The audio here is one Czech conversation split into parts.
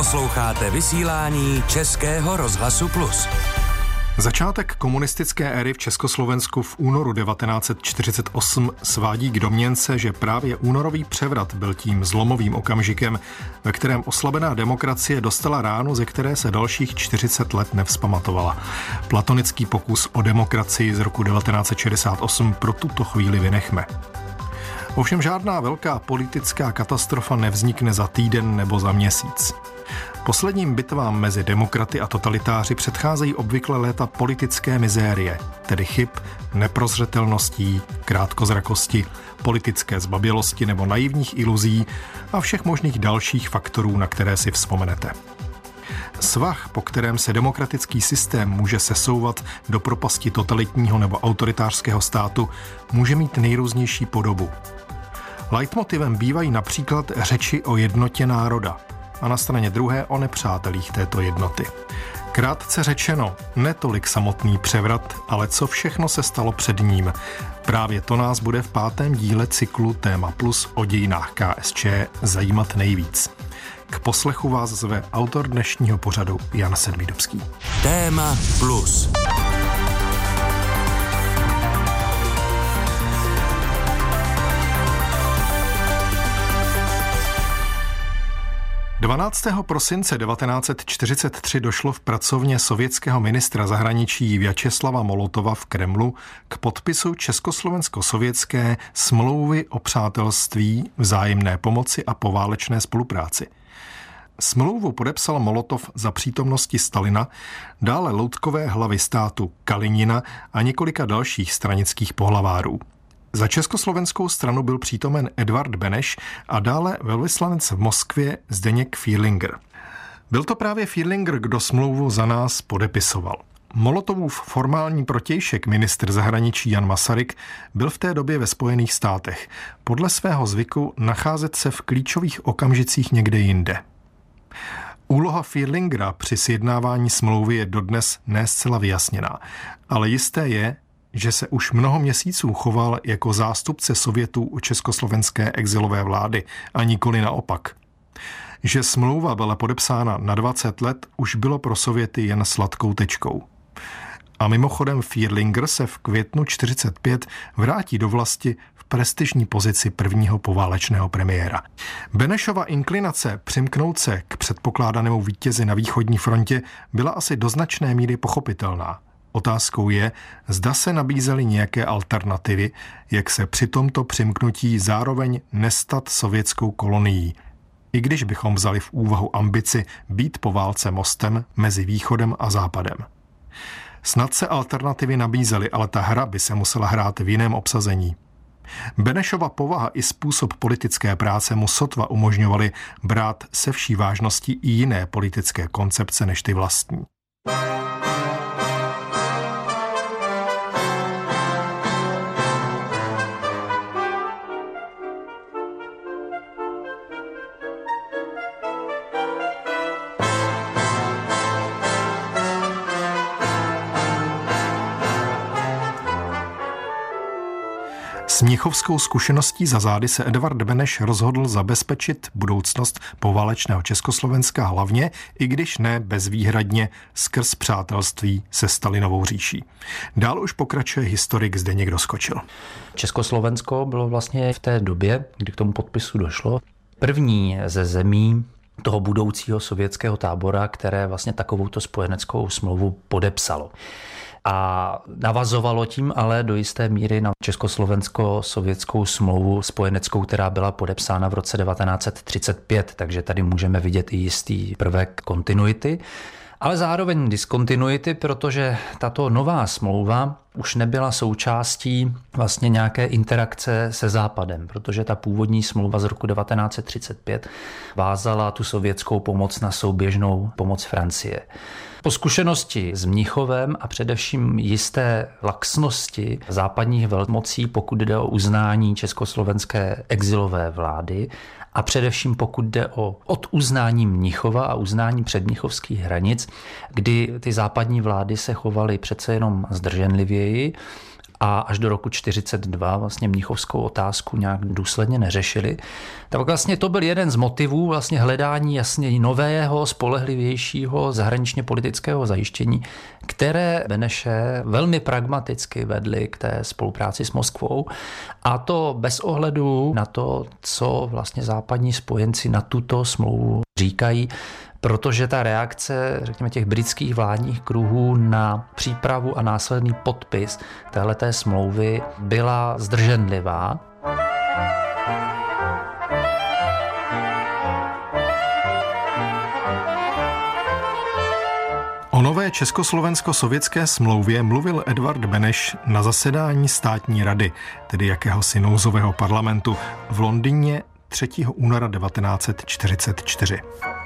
Posloucháte vysílání Českého rozhlasu Plus. Začátek komunistické éry v Československu v únoru 1948 svádí k domněnce, že právě únorový převrat byl tím zlomovým okamžikem, ve kterém oslabená demokracie dostala ránu, ze které se dalších 40 let nevzpamatovala. Platonický pokus o demokracii z roku 1968 pro tuto chvíli vynechme. Ovšem žádná velká politická katastrofa nevznikne za týden nebo za měsíc. Posledním bitvám mezi demokraty a totalitáři předcházejí obvykle léta politické mizérie, tedy chyb, neprozřetelností, krátkozrakosti, politické zbabělosti nebo naivních iluzí a všech možných dalších faktorů, na které si vzpomenete. Svah, po kterém se demokratický systém může sesouvat do propasti totalitního nebo autoritářského státu, může mít nejrůznější podobu. Leitmotivem bývají například řeči o jednotě národa a na straně druhé o nepřátelích této jednoty. Krátce řečeno, netolik samotný převrat, ale co všechno se stalo před ním. Právě to nás bude v 5. díle cyklu Téma Plus o dějinách KSČ zajímat nejvíc. K poslechu vás zve autor dnešního pořadu Jan Sedmidubský. Téma Plus. 12. prosince 1943 došlo v pracovně sovětského ministra zahraničí Vjačeslava Molotova v Kremlu k podpisu československo-sovětské smlouvy o přátelství, vzájemné pomoci a poválečné spolupráci. Smlouvu podepsal Molotov za přítomnosti Stalina, dále loutkové hlavy státu Kalinina a několika dalších stranických pohlavárů. Za československou stranu byl přítomen Edvard Beneš a dále velvyslanec v Moskvě Zdeněk Fierlinger. Byl to právě Fierlinger, kdo smlouvu za nás podepisoval. Molotovův formální protějšek, ministr zahraničí Jan Masaryk, byl v té době ve Spojených státech. Podle svého zvyku nacházet se v klíčových okamžicích někde jinde. Úloha Fierlingera při sjednávání smlouvy je dodnes ne zcela vyjasněná, ale jisté je, že se už mnoho měsíců choval jako zástupce Sovětů u československé exilové vlády a nikoli naopak. Že smlouva byla podepsána na 20 let, už bylo pro Sověty jen sladkou tečkou. A mimochodem Fierlinger se v květnu 1945 vrátí do vlasti v prestižní pozici prvního poválečného premiéra. Benešova inklinace přimknout se k předpokládanému vítězi na východní frontě byla asi do značné míry pochopitelná. Otázkou je, zda se nabízely nějaké alternativy, jak se při tomto přimknutí zároveň nestat sovětskou kolonií, i když bychom vzali v úvahu ambici být po válce mostem mezi východem a západem. Snad se alternativy nabízely, ale ta hra by se musela hrát v jiném obsazení. Benešova povaha i způsob politické práce mu sotva umožňovaly brát se vší vážností i jiné politické koncepce než ty vlastní. S mnichovskou zkušeností za zády se Edvard Beneš rozhodl zabezpečit budoucnost poválečného Československa hlavně, i když ne bezvýhradně, skrz přátelství se Stalinovou říší. Dál už pokračuje historik Zdeněk Doskočil. Československo bylo vlastně v té době, kdy k tomu podpisu došlo, první ze zemí toho budoucího sovětského tábora, které vlastně takovouto spojeneckou smlouvu podepsalo. A navazovalo tím ale do jisté míry na československo-sovětskou smlouvu spojeneckou, která byla podepsána v roce 1935, takže tady můžeme vidět i jistý prvek kontinuity, ale zároveň diskontinuity, protože tato nová smlouva už nebyla součástí vlastně nějaké interakce se Západem, protože ta původní smlouva z roku 1935 vázala tu sovětskou pomoc na souběžnou pomoc Francie. Po zkušenosti s Mnichovem a především jisté laxnosti západních velmocí, pokud jde o uznání československé exilové vlády a především pokud jde o oduznání Mnichova a uznání předmnichovských hranic, kdy ty západní vlády se chovaly přece jenom zdrženlivěji a až do roku 1942 vlastně mnichovskou otázku nějak důsledně neřešili, tak vlastně to byl jeden z motivů vlastně hledání jasně nového, spolehlivějšího zahraničně politického zajištění, které Beneše velmi pragmaticky vedly k té spolupráci s Moskvou, a to bez ohledu na to, co vlastně západní spojenci na tuto smlouvu říkají, protože ta reakce, řekněme, těch britských vládních kruhů na přípravu a následný podpis téhleté smlouvy byla zdrženlivá. O nové československo-sovětské smlouvě mluvil Edvard Beneš na zasedání státní rady, tedy jakéhosi nouzového parlamentu, v Londýně 3. února 1944.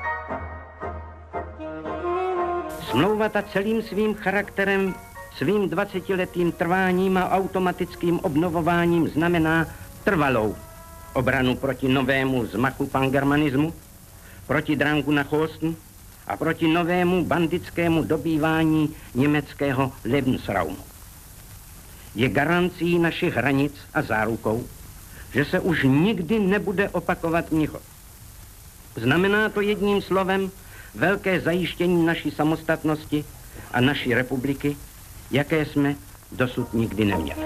Smlouva ta celým svým charakterem, svým 20letým trváním a automatickým obnovováním znamená trvalou obranu proti novému zmachu pangermanismu, proti drangu na Chosten a proti novému banditskému dobývání německého Lebensraumu. Je garancí našich hranic a zárukou, že se už nikdy nebude opakovat Mnichov. Znamená to jedním slovem velké zajištění naší samostatnosti a naší republiky, jaké jsme dosud nikdy neměli.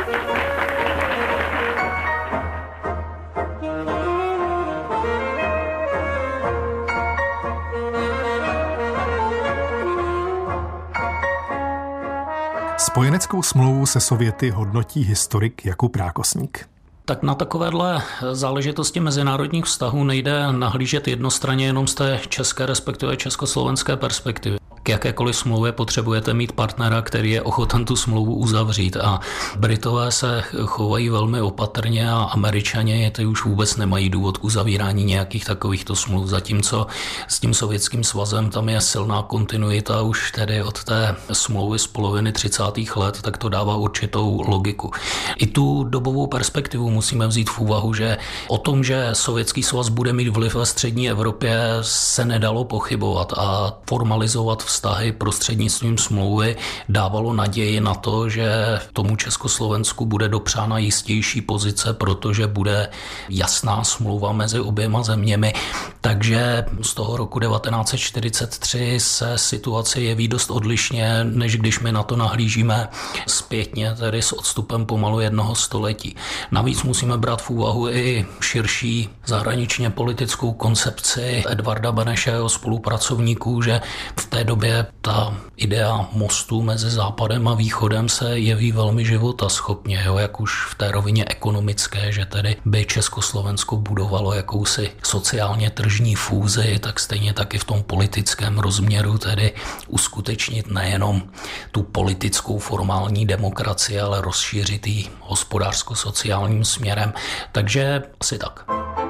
Spojeneckou smlouvu se Sověty hodnotí historik Jakub Rákosník. Tak na takovéhle záležitosti mezinárodních vztahů nejde nahlížet jednostranně jenom z té české, respektive československé perspektivy. K jakékoliv smlouvě potřebujete mít partnera, který je ochoten tu smlouvu uzavřít, a Britové se chovají velmi opatrně a Američané ty už vůbec nemají důvod k uzavírání nějakých takovýchto smluv, zatímco s tím Sovětským svazem tam je silná kontinuita už tedy od té smlouvy z poloviny 30. let, tak to dává určitou logiku. I tu dobovou perspektivu musíme vzít v úvahu, že o tom, že Sovětský svaz bude mít vliv ve střední Evropě, se nedalo pochybovat, a formalizovat vztahy prostřednictvím smlouvy dávalo naději na to, že tomu Československu bude dopřána jistější pozice, protože bude jasná smlouva mezi oběma zeměmi. Takže z toho roku 1943 se situace jeví dost odlišně, než když my na to nahlížíme zpětně, tedy s odstupem pomalu 1 století. Navíc musíme brát v úvahu i širší zahraničně politickou koncepci Edvarda Beneše a jeho spolupracovníků, že v té době ta idea mostu mezi západem a východem se jeví velmi životaschopně, jak už v té rovině ekonomické, že tedy by Československo budovalo jakousi sociálně tržní fúzi, tak stejně taky v tom politickém rozměru, tedy uskutečnit nejenom tu politickou formální demokracii, ale rozšířit ji hospodářsko-sociálním směrem. Takže asi tak.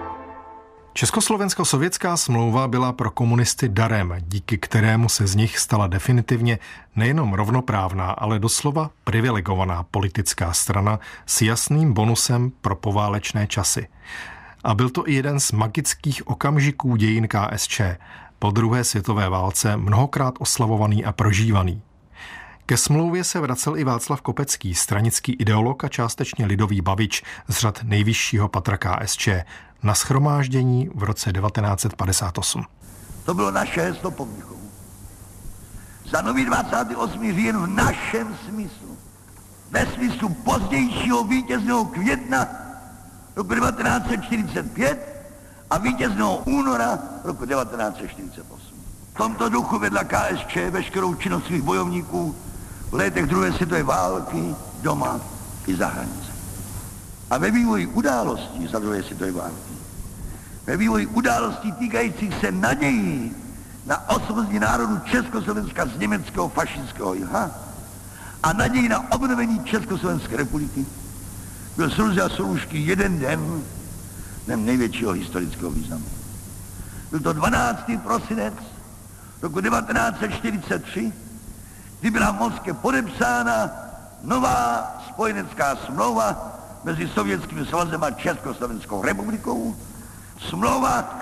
Československo-sovětská smlouva byla pro komunisty darem, díky kterému se z nich stala definitivně nejenom rovnoprávná, ale doslova privilegovaná politická strana s jasným bonusem pro poválečné časy. A byl to i jeden z magických okamžiků dějin KSČ, po druhé světové válce mnohokrát oslavovaný a prožívaný. Ke smlouvě se vracel i Václav Kopecký, stranický ideolog a částečně lidový bavič z řad nejvyššího patra KSČ, na shromáždění v roce 1958. To bylo naše heslo po Mnichovu. Za nový 28. říjen v našem smyslu. Ve smyslu pozdějšího vítězného května roku 1945 a vítězného února roku 1948. V tomto duchu vedla KSČ veškerou činnost svých bojovníků v letech druhé světové války doma i za hranice. A ve vývoji událostí za druhé světové války, ve vývoji událostí týkajících se nadějí na osvobození národu Československa z německého fašistického jha a naději na obnovení Československé republiky, byl Sruze a Solušky jeden den největšího historického významu. Byl to 12. prosinec roku 1943, kdy byla v Moskvě podepsána nová spojenecká smlouva mezi Sovětským svazem a Československou republikou. Smlouva,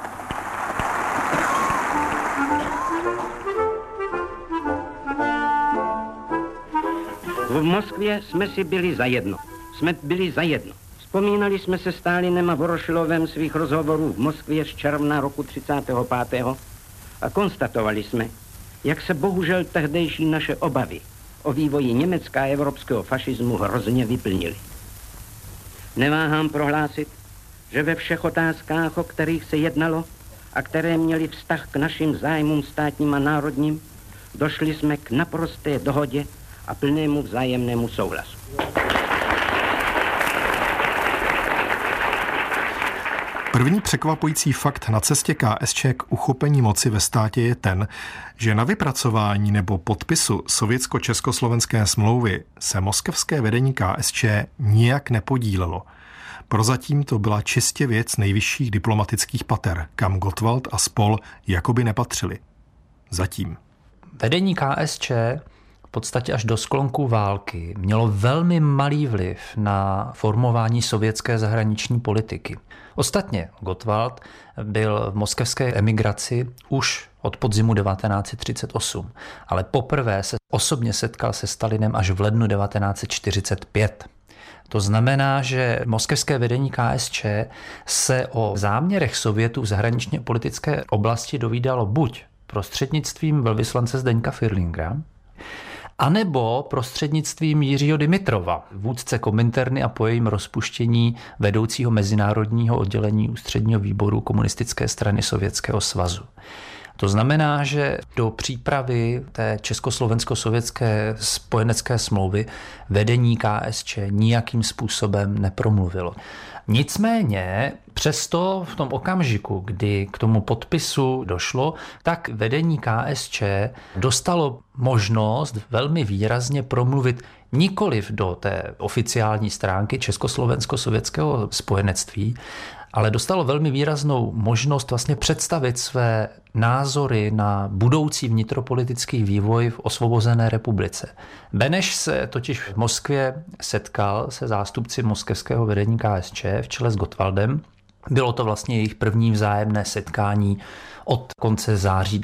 V Moskvě jsme si byli zajedno. Vzpomínali jsme se Stálinem a Vorošilovem svých rozhovorů v Moskvě z června roku 35. a konstatovali jsme, jak se bohužel tehdejší naše obavy o vývoji německá a evropského fašismu hrozně vyplnily. Neváhám prohlásit, že ve všech otázkách, o kterých se jednalo a které měly vztah k našim zájmům státním a národním, došli jsme k naprosté dohodě a plnému vzájemnému souhlasu. První překvapující fakt na cestě KSČ k uchopení moci ve státě je ten, že na vypracování nebo podpisu sovětsko-československé smlouvy se moskevské vedení KSČ nijak nepodílelo. Prozatím to byla čistě věc nejvyšších diplomatických pater, kam Gottwald a spol jakoby nepatřili. Zatím. Vedení KSČ v podstatě až do sklonku války mělo velmi malý vliv na formování sovětské zahraniční politiky. Ostatně Gottwald byl v moskevské emigraci už od podzimu 1938, ale poprvé se osobně setkal se Stalinem až v lednu 1945. To znamená, že moskevské vedení KSČ se o záměrech Sovětů v zahraničně politické oblasti dovídalo buď prostřednictvím velvyslance Zdeňka Firlingera, anebo prostřednictvím Jiřího Dimitrova, vůdce Kominterny a po jejím rozpuštění vedoucího mezinárodního oddělení ústředního výboru Komunistické strany Sovětského svazu. To znamená, že do přípravy té československo-sovětské spojenecké smlouvy vedení KSČ nijakým způsobem nepromluvilo. Nicméně přesto v tom okamžiku, kdy k tomu podpisu došlo, tak vedení KSČ dostalo možnost velmi výrazně promluvit nikoliv do té oficiální stránky Československo-sovětského spojenectví, ale dostalo velmi výraznou možnost vlastně představit své názory na budoucí vnitropolitický vývoj v osvobozené republice. Beneš se totiž v Moskvě setkal se zástupci moskevského vedení KSČ v čele s Gottwaldem. Bylo to vlastně jejich první vzájemné setkání od konce září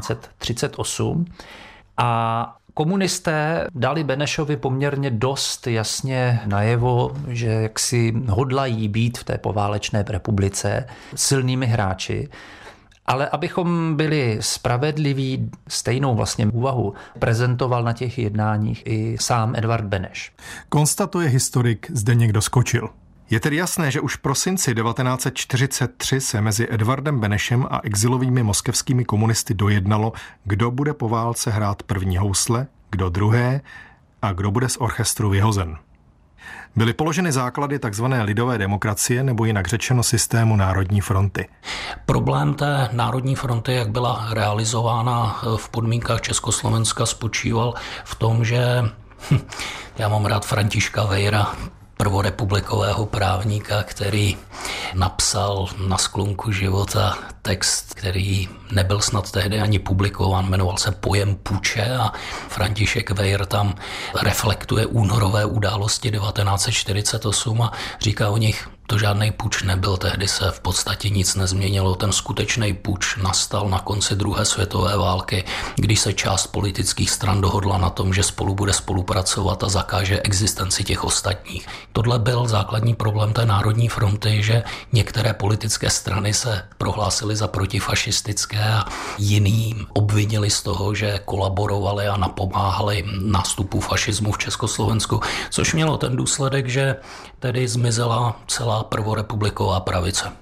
1938 a komunisté dali Benešovi poměrně dost jasně najevo, že jaksi hodlají být v té poválečné republice silnými hráči, ale abychom byli spravedliví, stejnou vlastně úvahu prezentoval na těch jednáních i sám Edvard Beneš. Konstatuje historik Zdeněk Doskočil. Je tedy jasné, že už v prosinci 1943 se mezi Edvardem Benešem a exilovými moskevskými komunisty dojednalo, kdo bude po válce hrát první housle, kdo druhé a kdo bude z orchestru vyhozen. Byly položeny základy tzv. Lidové demokracie nebo jinak řečeno systému Národní fronty. Problém té Národní fronty, jak byla realizována v podmínkách Československa, spočíval v tom, že já mám rád Františka Vejra, prvorepublikového právníka, který napsal na sklonku života text, který nebyl snad tehdy ani publikován, jmenoval se Pojem puče a František Vejr tam reflektuje únorové události 1948 a říká o nich, to žádný puč nebyl, tehdy se v podstatě nic nezměnilo. Ten skutečný puč nastal na konci druhé světové války, když se část politických stran dohodla na tom, že spolu bude spolupracovat a zakáže existenci těch ostatních. Tohle byl základní problém té Národní fronty, že některé politické strany se prohlásily za protifašistické a jiným obvinili z toho, že kolaborovali a napomáhali nástupu fašismu v Československu, což mělo ten důsledek, že tedy zmizela celá prvorepubliková pravice.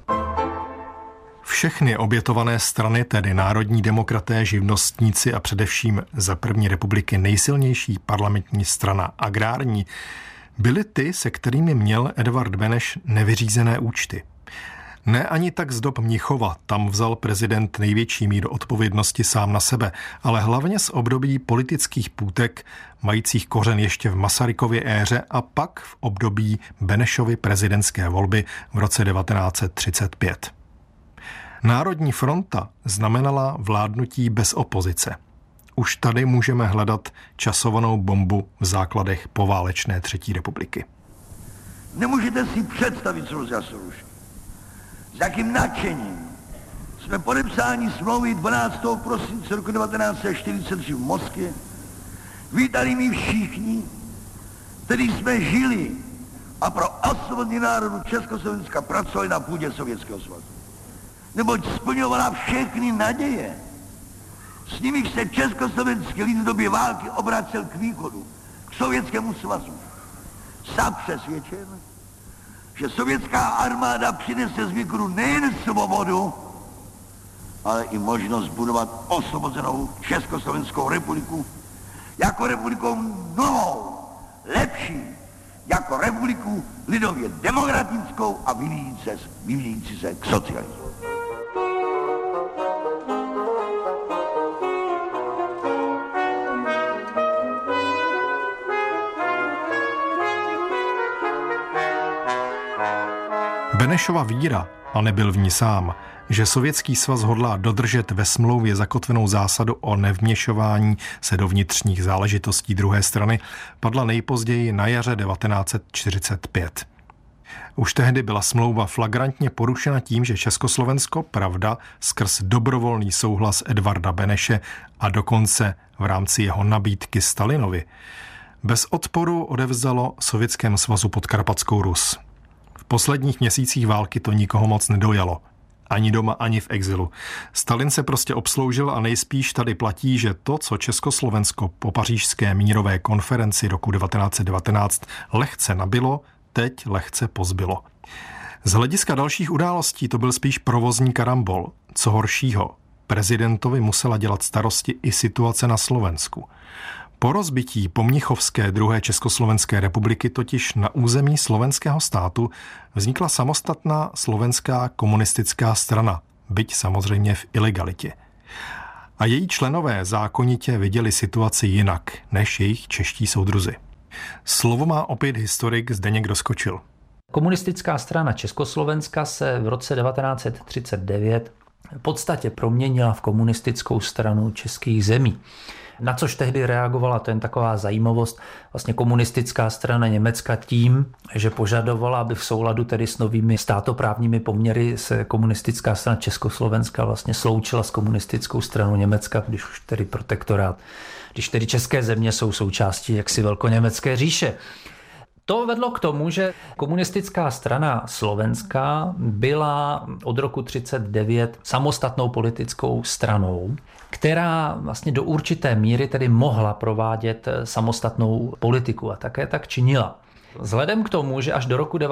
Všechny obětované strany, tedy národní demokraté, živnostníci a především za první republiky nejsilnější parlamentní strana agrární, byly ty, se kterými měl Edvard Beneš nevyřízené účty. Ne ani tak z dob Mnichova, tam vzal prezident největší míru odpovědnosti sám na sebe, ale hlavně z období politických půtek, majících kořen ještě v Masarykově éře a pak v období Benešovy prezidentské volby v roce 1935. Národní fronta znamenala vládnutí bez opozice. Už tady můžeme hledat časovanou bombu v základech poválečné třetí republiky. Nemůžete si představit, co se ruší. S jakým nadšením jsme podepsání smlouvy 12. prosince roku 1943 v Moskvě vítali mi všichni který jsme žili a pro osvobodení národu Československa pracovali na půdě Sovětského svazu. Neboť splňovala všechny naděje. S nimiž se československý lid v době války obracel k východu, k Sovětskému svazu. Jsem přesvědčen, že sovětská armáda přinese z východu nejen svobodu, ale i možnost budovat osvobozenou Československou republiku jako republikou novou, lepší, jako republiku lidově demokratickou a vyvíjící se k socialismu. Benešova víra, a nebyl v ní sám, že Sovětský svaz hodlá dodržet ve smlouvě zakotvenou zásadu o nevměšování se do vnitřních záležitostí druhé strany, padla nejpozději na jaře 1945. Už tehdy byla smlouva flagrantně porušena tím, že Československo, pravda, skrz dobrovolný souhlas Edvarda Beneše a dokonce v rámci jeho nabídky Stalinovi, bez odporu odevzdalo Sovětskému svazu Podkarpatskou Rus. V posledních měsících války to nikoho moc nedojalo. Ani doma, ani v exilu. Stalin se prostě obsloužil a nejspíš tady platí, že to, co Československo po pařížské mírové konferenci roku 1919 lehce nabilo, teď lehce pozbylo. Z hlediska dalších událostí to byl spíš provozní karambol. Co horšího, prezidentovi musela dělat starosti i situace na Slovensku. Po rozbití pomnichovské druhé Československé republiky totiž na území slovenského státu vznikla samostatná slovenská komunistická strana, byť samozřejmě v ilegalitě. A její členové zákonitě viděli situaci jinak než jejich čeští soudruzi. Slovo má opět historik Zdeněk Doskočil. Komunistická strana Československa se v roce 1939 v podstatě proměnila v komunistickou stranu českých zemí. Na což tehdy reagovala, to je taková zajímavost, vlastně komunistická strana Německa tím, že požadovala, aby v souladu tedy s novými státoprávními poměry se komunistická strana Československa vlastně sloučila s komunistickou stranou Německa, když už tedy protektorát, když tedy české země jsou součástí jaksi velkoněmecké říše. To vedlo k tomu, že komunistická strana Slovenska byla od roku 1939 samostatnou politickou stranou, která vlastně do určité míry tedy mohla provádět samostatnou politiku a také tak činila. Vzhledem k tomu, že až do roku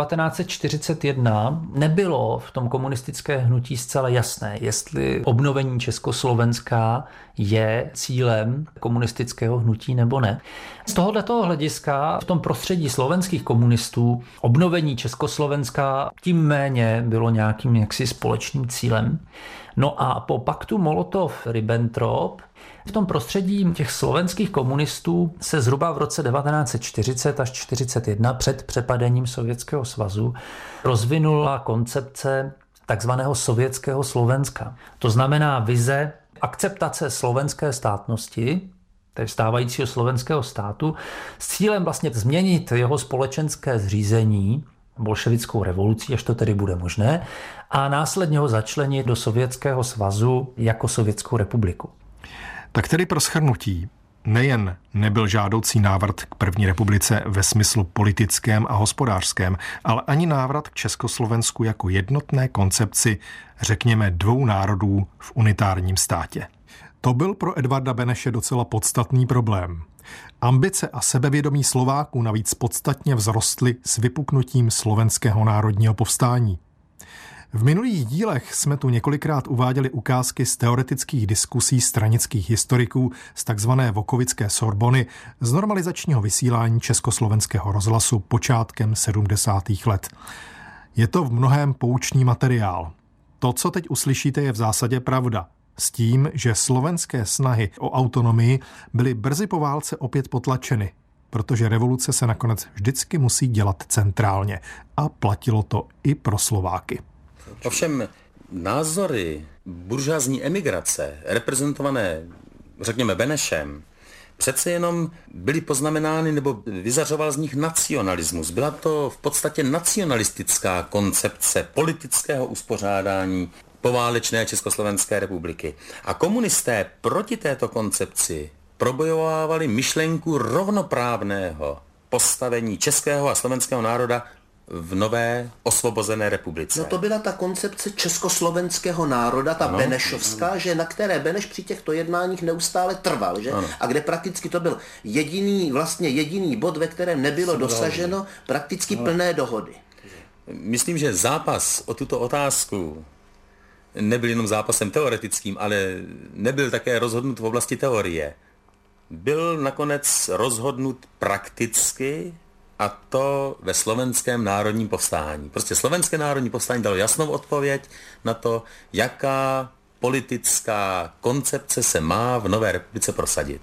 1941 nebylo v tom komunistické hnutí zcela jasné, jestli obnovení Československa je cílem komunistického hnutí nebo ne. Z tohoto hlediska v tom prostředí slovenských komunistů obnovení Československa tím méně bylo nějakým jaksi společným cílem. No a po paktu Molotov-Ribbentrop v tom prostředí těch slovenských komunistů se zhruba v roce 1940 až 1941 před přepadením Sovětského svazu rozvinula koncepce takzvaného sovětského Slovenska. To znamená vize akceptace slovenské státnosti, tedy stávajícího slovenského státu, s cílem vlastně změnit jeho společenské zřízení bolševickou revolucí, až to tedy bude možné, a následně ho začlenit do Sovětského svazu jako Sovětskou republiku. Tak tedy pro shrnutí, nejen nebyl žádoucí návrat k první republice ve smyslu politickém a hospodářském, ale ani návrat k Československu jako jednotné koncepci, řekněme, dvou národů v unitárním státě. To byl pro Edvarda Beneše docela podstatný problém. Ambice a sebevědomí Slováků navíc podstatně vzrostly s vypuknutím slovenského národního povstání. V minulých dílech jsme tu několikrát uváděli ukázky z teoretických diskusí stranických historiků z takzvané Vokovické Sorbony z normalizačního vysílání Československého rozhlasu počátkem 70. let. Je to v mnohém poučný materiál. To, co teď uslyšíte, je v zásadě pravda. S tím, že slovenské snahy o autonomii byly brzy po válce opět potlačeny, protože revoluce se nakonec vždycky musí dělat centrálně. A platilo to i pro Slováky. Ovšem názory buržoazní emigrace, reprezentované, řekněme, Benešem, přece jenom byly poznamenány nebo vyzařoval z nich nacionalismus. Byla to v podstatě nacionalistická koncepce politického uspořádání poválečné Československé republiky. A komunisté proti této koncepci probojovávali myšlenku rovnoprávného postavení českého a slovenského národa v nové osvobozené republice. No to byla ta koncepce československého národa, ta benešovská, že na které Beneš při těchto jednáních neustále trval, že? A kde prakticky to byl jediný bod, ve kterém nebylo dosaženo prakticky plné dohody. Myslím, že zápas o tuto otázku nebyl jenom zápasem teoretickým, ale nebyl také rozhodnut v oblasti teorie. Byl nakonec rozhodnut prakticky, a to ve slovenském národním povstání. Prostě slovenské národní povstání dalo jasnou odpověď na to, jaká politická koncepce se má v nové republice prosadit.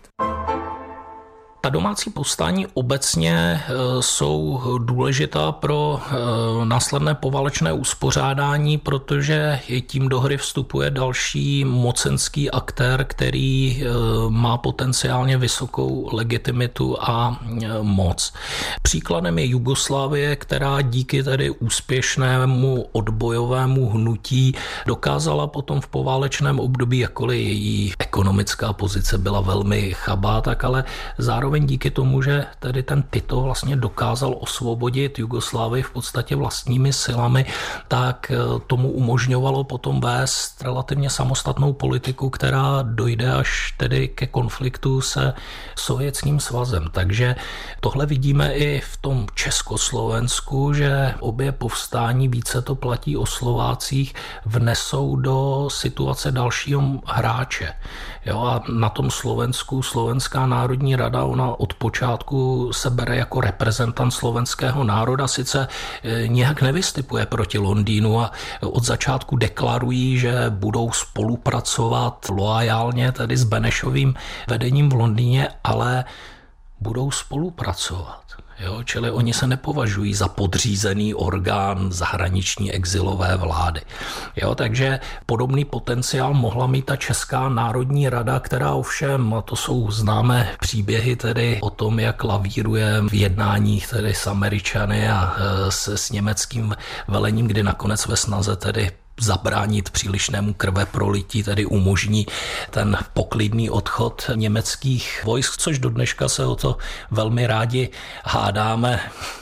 Ta domácí povstání obecně jsou důležitá pro následné poválečné uspořádání, protože tím do hry vstupuje další mocenský aktér, který má potenciálně vysokou legitimitu a moc. Příkladem je Jugoslávie, která díky tedy úspěšnému odbojovému hnutí dokázala potom v poválečném období, jakkoliv její ekonomická pozice byla velmi chabá, tak ale zároveň díky tomu, že tedy ten Tito vlastně dokázal osvobodit Jugoslávii v podstatě vlastními silami, tak tomu umožňovalo potom vést relativně samostatnou politiku, která dojde až tedy ke konfliktu se Sovětským svazem. Takže tohle vidíme i v tom Československu, že obě povstání, více to platí o Slovácích, vnesou do situace dalšího hráče. Jo, a na tom Slovensku Slovenská národní rada, ona od počátku se bere jako reprezentant slovenského národa, sice nějak nevystupuje proti Londýnu a od začátku deklarují, že budou spolupracovat loajálně tedy s Benešovým vedením v Londýně, ale budou spolupracovat. Jo, čili oni se nepovažují za podřízený orgán zahraniční exilové vlády. Jo, takže podobný potenciál mohla mít ta Česká národní rada, která ovšem, a to jsou známé příběhy tedy o tom, jak lavíruje v jednáních tedy s Američany a s německým velením, kdy nakonec ve snaze tedy zabránit přílišnému krveprolití, tedy umožní ten poklidný odchod německých vojsk, což do dneška se o to velmi rádi hádáme.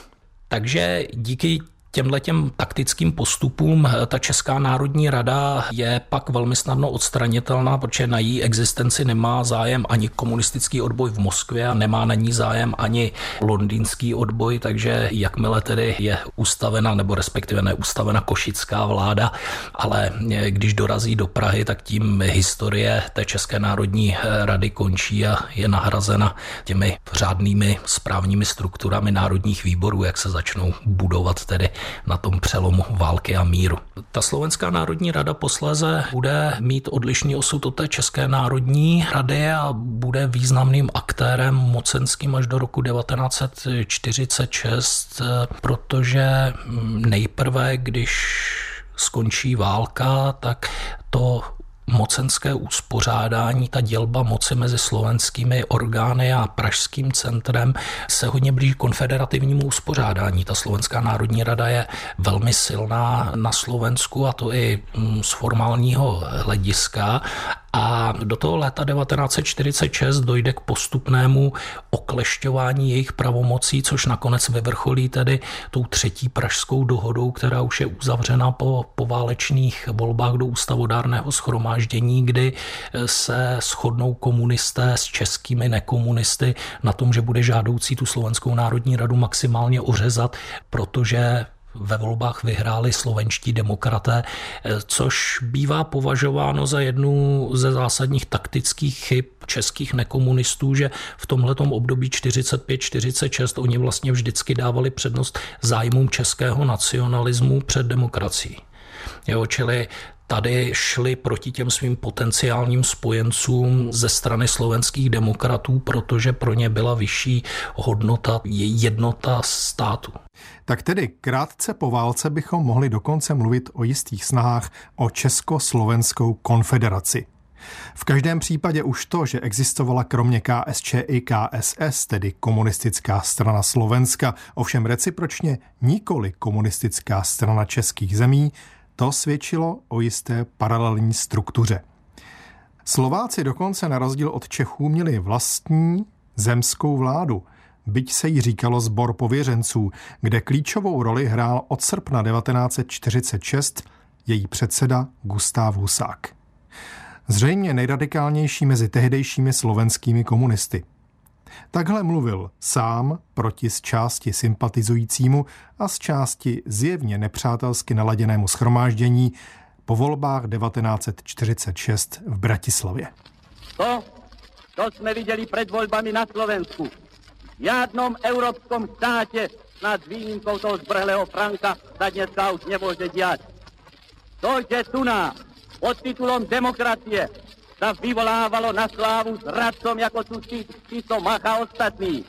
Takže díky těmhletěm taktickým postupům ta Česká národní rada je pak velmi snadno odstranitelná, protože na její existenci nemá zájem ani komunistický odboj v Moskvě a nemá na ní zájem ani londýnský odboj, takže jakmile tedy je ustavena, nebo respektive neustavena košická vláda, ale když dorazí do Prahy, tak tím historie té České národní rady končí a je nahrazena těmi řádnými správními strukturami národních výborů, jak se začnou budovat tedy na tom přelomu války a míru. Ta Slovenská národní rada posléze bude mít odlišný osud od té České národní rady a bude významným aktérem mocenským až do roku 1946, protože nejprve, když skončí válka, tak to mocenské uspořádání, ta dělba moci mezi slovenskými orgány a pražským centrem se hodně blíží konfederativnímu uspořádání. Ta Slovenská národní rada je velmi silná na Slovensku, a to i z formálního hlediska. A do toho léta 1946 dojde k postupnému oklešťování jejich pravomocí, což nakonec vyvrcholí tedy tou třetí pražskou dohodou, která už je uzavřena po poválečných volbách do ústavodárného shromáždění, kdy se shodnou komunisté s českými nekomunisty na tom, že bude žádoucí tu Slovenskou národní radu maximálně ořezat, protože ve volbách vyhráli slovenští demokraté, což bývá považováno za jednu ze zásadních taktických chyb českých nekomunistů, že v tomhletom období 45-46 oni vlastně vždycky dávali přednost zájmům českého nacionalismu před demokracií. Jo, čili tady šli proti těm svým potenciálním spojencům ze strany slovenských demokratů, protože pro ně byla vyšší hodnota, jednota státu. Tak tedy krátce po válce bychom mohli dokonce mluvit o jistých snahách o Československou konfederaci. V každém případě už to, že existovala kromě KSČ i KSS, tedy Komunistická strana Slovenska, ovšem recipročně nikoli Komunistická strana českých zemí, to svědčilo o jisté paralelní struktuře. Slováci dokonce na rozdíl od Čechů měli vlastní zemskou vládu. byť se jí říkalo Sbor pověřenců, kde klíčovou roli hrál od srpna 1946 její předseda Gustáv Husák. Zřejmě nejradikálnější mezi tehdejšími slovenskými komunisty. Takhle mluvil sám proti z části sympatizujícímu a z části zjevně nepřátelsky naladěnému shromáždění po volbách 1946 v Bratislavě. To jsme viděli před volbami na Slovensku. V žádnom európskom štáte nad výjimkou toho zbrhlého Franka sa dneska už nemôže diať. To, že tu pod titulom demokracie sa vyvolávalo na slávu zradcom, jako sú Tiso, Mach a ostatní.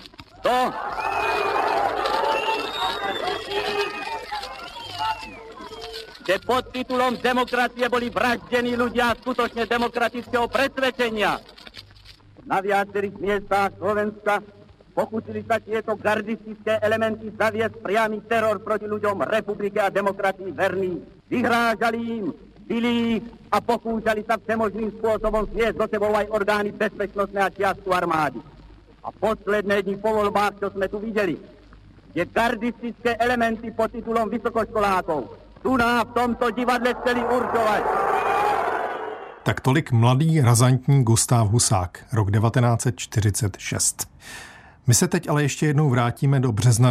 Že pod titulom demokracie boli vraždení ľudia skutočne demokratického presvedčenia. Na viacerých miestach Slovenska pokúsili sa tieto gardistické elementy zaviesť priamy teror proti ľuďom republike a demokracii verný. Vyhrážali im, bili a pokúšali sa všemožným spôsobom zviesť do sebou aj orgány bezpečnostné a čiastku armády. A posledné dni po voľbách, čo sme tu videli, je gardistické elementy pod titulom vysokoškolákov tu v tomto divadle chceli určovať. Tak tolik mladý razantní Gustáv Husák, rok 1946. My se teď ale ještě jednou vrátíme do března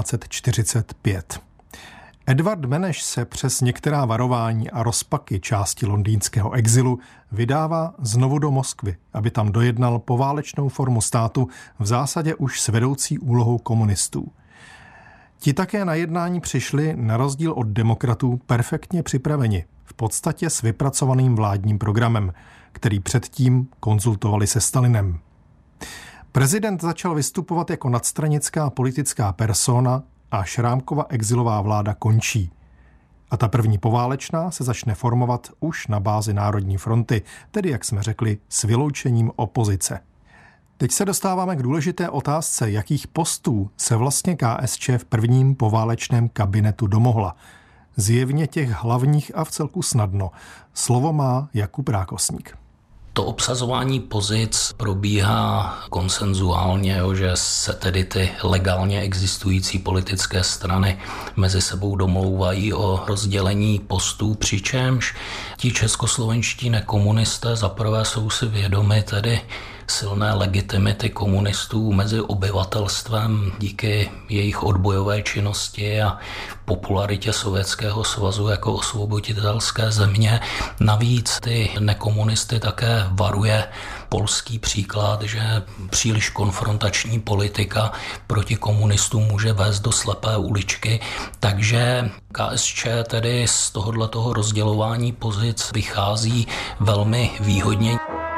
1945. Edvard Beneš se přes některá varování a rozpaky části londýnského exilu vydává znovu do Moskvy, aby tam dojednal poválečnou formu státu v zásadě už s vedoucí úlohou komunistů. Ti také na jednání přišli na rozdíl od demokratů perfektně připraveni, v podstatě s vypracovaným vládním programem, který předtím konzultovali se Stalinem. Prezident začal vystupovat jako nadstranická politická persona a Šrámkova exilová vláda končí. A ta první poválečná se začne formovat už na bázi Národní fronty, tedy, jak jsme řekli, s vyloučením opozice. Teď se dostáváme k důležité otázce, jakých postů se vlastně KSČ v prvním poválečném kabinetu domohla. Zjevně těch hlavních a vcelku snadno. Slovo má Jakub Rákosník. To obsazování pozic probíhá konsenzuálně, že se tedy ty legálně existující politické strany mezi sebou domlouvají o rozdělení postů, přičemž ti českoslovenští nekomunisté zaprvé jsou si vědomi tedy silné legitimity komunistů mezi obyvatelstvem díky jejich odbojové činnosti a popularitě Sovětského svazu jako osvoboditelské země. Navíc ty nekomunisty také varuje polský příklad, že příliš konfrontační politika proti komunistům může vést do slepé uličky, takže KSČ tedy z tohoto rozdělování pozic vychází velmi výhodně.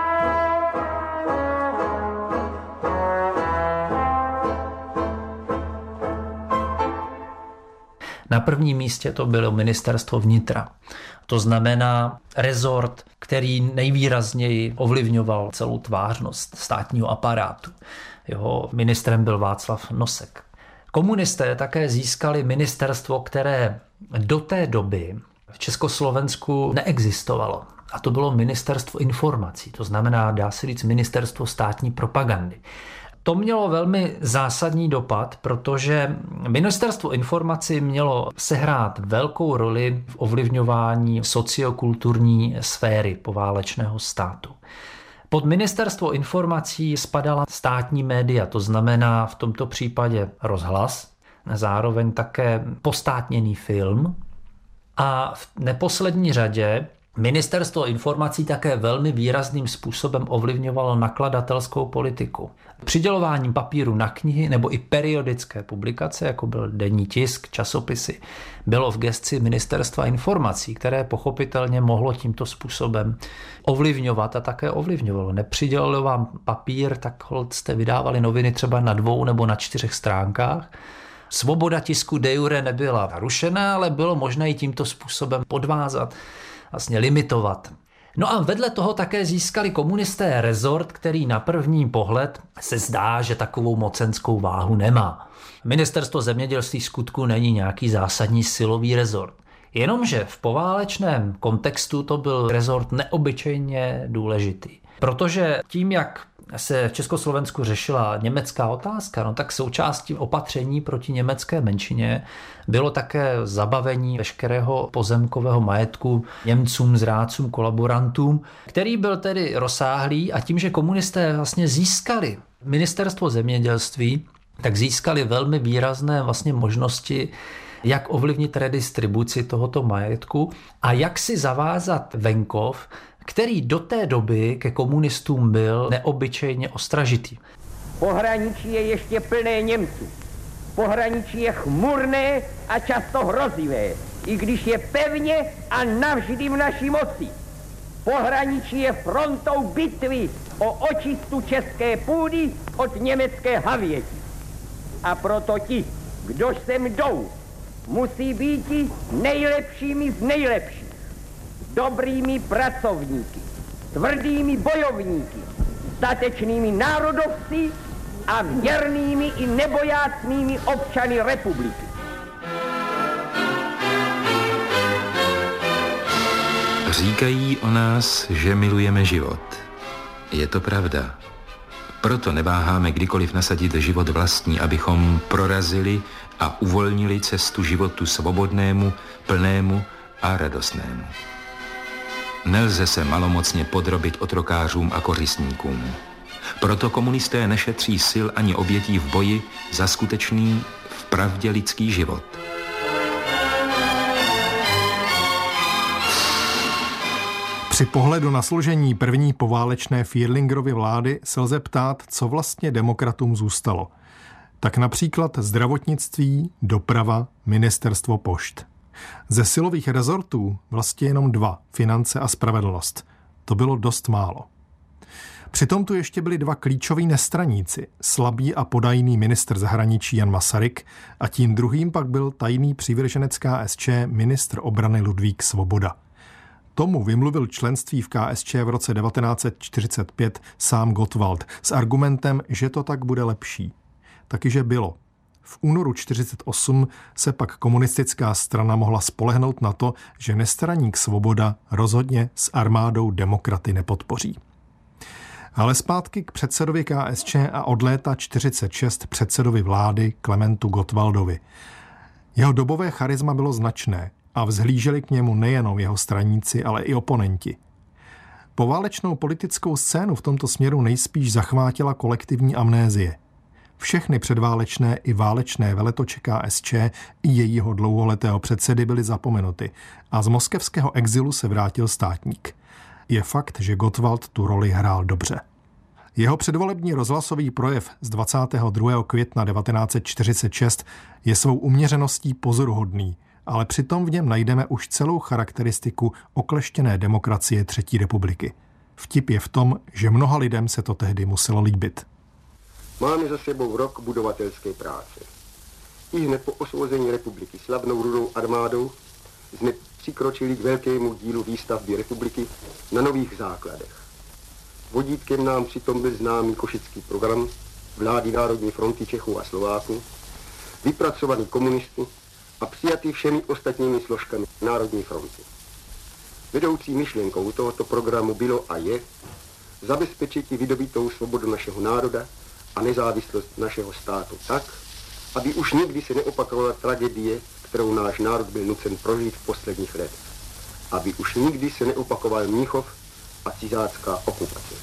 Na prvním místě to bylo ministerstvo vnitra. To znamená rezort, který nejvýrazněji ovlivňoval celou tvářnost státního aparátu. Jeho ministrem byl Václav Nosek. Komunisté také získali ministerstvo, které do té doby v Československu neexistovalo. A to bylo ministerstvo informací, to znamená, dá se říct, ministerstvo státní propagandy. To mělo velmi zásadní dopad, protože ministerstvo informací mělo sehrát velkou roli v ovlivňování sociokulturní sféry poválečného státu. Pod ministerstvo informací spadala státní média, to znamená v tomto případě rozhlas, zároveň také postátněný film a v neposlední řadě ministerstvo informací také velmi výrazným způsobem ovlivňovalo nakladatelskou politiku. Přidělováním papíru na knihy nebo i periodické publikace, jako byl denní tisk, časopisy, bylo v gesci ministerstva informací, které pochopitelně mohlo tímto způsobem ovlivňovat a také ovlivňovalo. Nepřidělilo vám papír, tak jste vydávali noviny třeba na 2 nebo na 4 stránkách. Svoboda tisku de jure nebyla narušena, ale bylo možné i tímto způsobem podvázat, vlastně limitovat. No a vedle toho také získali komunisté rezort, který na první pohled se zdá, že takovou mocenskou váhu nemá. Ministerstvo zemědělství skutku není nějaký zásadní silový rezort. Jenomže v poválečném kontextu to byl rezort neobyčejně důležitý. Protože tím, jak se v Československu řešila německá otázka, no tak součástí opatření proti německé menšině bylo také zabavení veškerého pozemkového majetku Němcům, zrádcům, kolaborantům, který byl tedy rozsáhlý, a tím, že komunisté vlastně získali ministerstvo zemědělství, tak získali velmi výrazné vlastně možnosti, jak ovlivnit redistribuci tohoto majetku a jak si zavázat venkov, který do té doby ke komunistům byl neobyčejně ostražitý. Pohraničí je ještě plné Němců. Pohraničí je chmurné a často hrozivé, i když je pevně a navždy v naší moci. Pohraničí je frontou bitvy o očistu české půdy od německé havěti. A proto ti, kdož sem jdou, musí být nejlepšími z nejlepších, dobrými pracovníky, tvrdými bojovníky, statečnými národovci a věrnými i nebojácnými občany republiky. Říkají o nás, že milujeme život. Je to pravda. Proto neváháme kdykoliv nasadit život vlastní, abychom prorazili a uvolnili cestu životu svobodnému, plnému a radostnému. Nelze se malomocně podrobit otrokářům a kořistníkům. Proto komunisté nešetří sil ani obětí v boji za skutečný, vpravdě lidský život. Při pohledu na složení první poválečné Fierlingerovy vlády se lze ptát, co vlastně demokratům zůstalo. Tak například zdravotnictví, doprava, ministerstvo pošt. Ze silových rezortů vlastně jenom 2, finance a spravedlnost. To bylo dost málo. Přitom tu ještě byli 2 klíčoví nestraníci, slabý a podajný ministr zahraničí Jan Masaryk a tím druhým pak byl tajný přívrženec KSČ ministr obrany Ludvík Svoboda. Tomu vymluvil členství v KSČ v roce 1945 sám Gottwald s argumentem, že to tak bude lepší. Takyže bylo. V únoru 1948 se pak komunistická strana mohla spolehnout na to, že nestraník Svoboda rozhodně s armádou demokraty nepodpoří. Ale zpátky k předsedovi KSČ a od léta 1946 předsedovi vlády Klementu Gottwaldovi. Jeho dobové charisma bylo značné a vzhlíželi k němu nejenom jeho straníci, ale i oponenti. Poválečnou politickou scénu v tomto směru nejspíš zachvátila kolektivní amnézie. Všechny předválečné i válečné veletoče KSČ i jejího dlouholetého předsedy byly zapomenuty a z moskevského exilu se vrátil státník. Je fakt, že Gottwald tu roli hrál dobře. Jeho předvolební rozhlasový projev z 22. května 1946 je svou uměřeností pozoruhodný, ale přitom v něm najdeme už celou charakteristiku okleštěné demokracie Třetí republiky. Vtip je v tom, že mnoha lidem se to tehdy muselo líbit. Máme za sebou rok budovatelské práce. I hned po osvobození republiky slavnou Rudou armádou jsme přikročili k velkému dílu výstavby republiky na nových základech. Vodítkem nám přitom byl známý košický program vlády Národní fronty Čechů a Slováků, vypracovaný komunisty a přijatý všemi ostatními složkami Národní fronty. Vedoucí myšlenkou tohoto programu bylo a je zabezpečit vydobitou svobodu našeho národa a nezávislost našeho státu tak, aby už nikdy se neopakovala tragédie, kterou náš národ byl nucen prožít v posledních letech. Aby už nikdy se neopakoval Mnichov a cizácká okupace.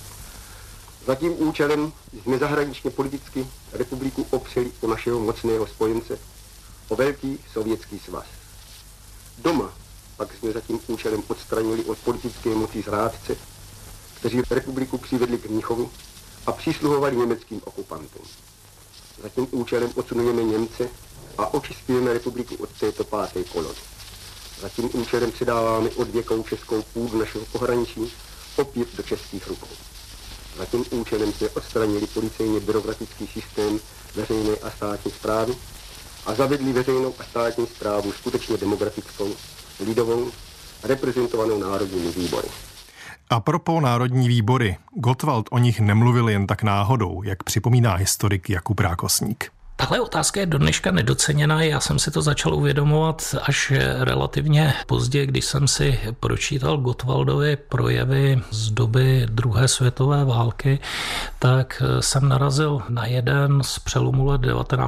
Za tím účelem jsme zahraničně politicky republiku opřeli o našeho mocného spojence, o Velký sovětský svaz. Doma pak jsme za tím účelem odstranili od politické moci zrádce, kteří republiku přivedli k Mnichovu a přisluhovali německým okupantům. Za tím účelem odsunujeme Němce a očistujeme republiku od této páté kolony. Za tím účelem předáváme odvěkou českou půdu našeho pohraničí opět do českých rukou. Za tím účelem jsme odstranili policejně byrokratický systém veřejné a státní správy a zavedli veřejnou a státní správu skutečně demokratickou, lidovou, reprezentovanou národními výbory. A propos národní výbory, Gottwald o nich nemluvil jen tak náhodou, jak připomíná historik Jakub Rákosník. Tahle otázka je do dneška nedoceněná. Já jsem si to začal uvědomovat až relativně pozdě, když jsem si pročítal Gottwaldovy projevy z doby druhé světové války, tak jsem narazil na jeden z přelomu let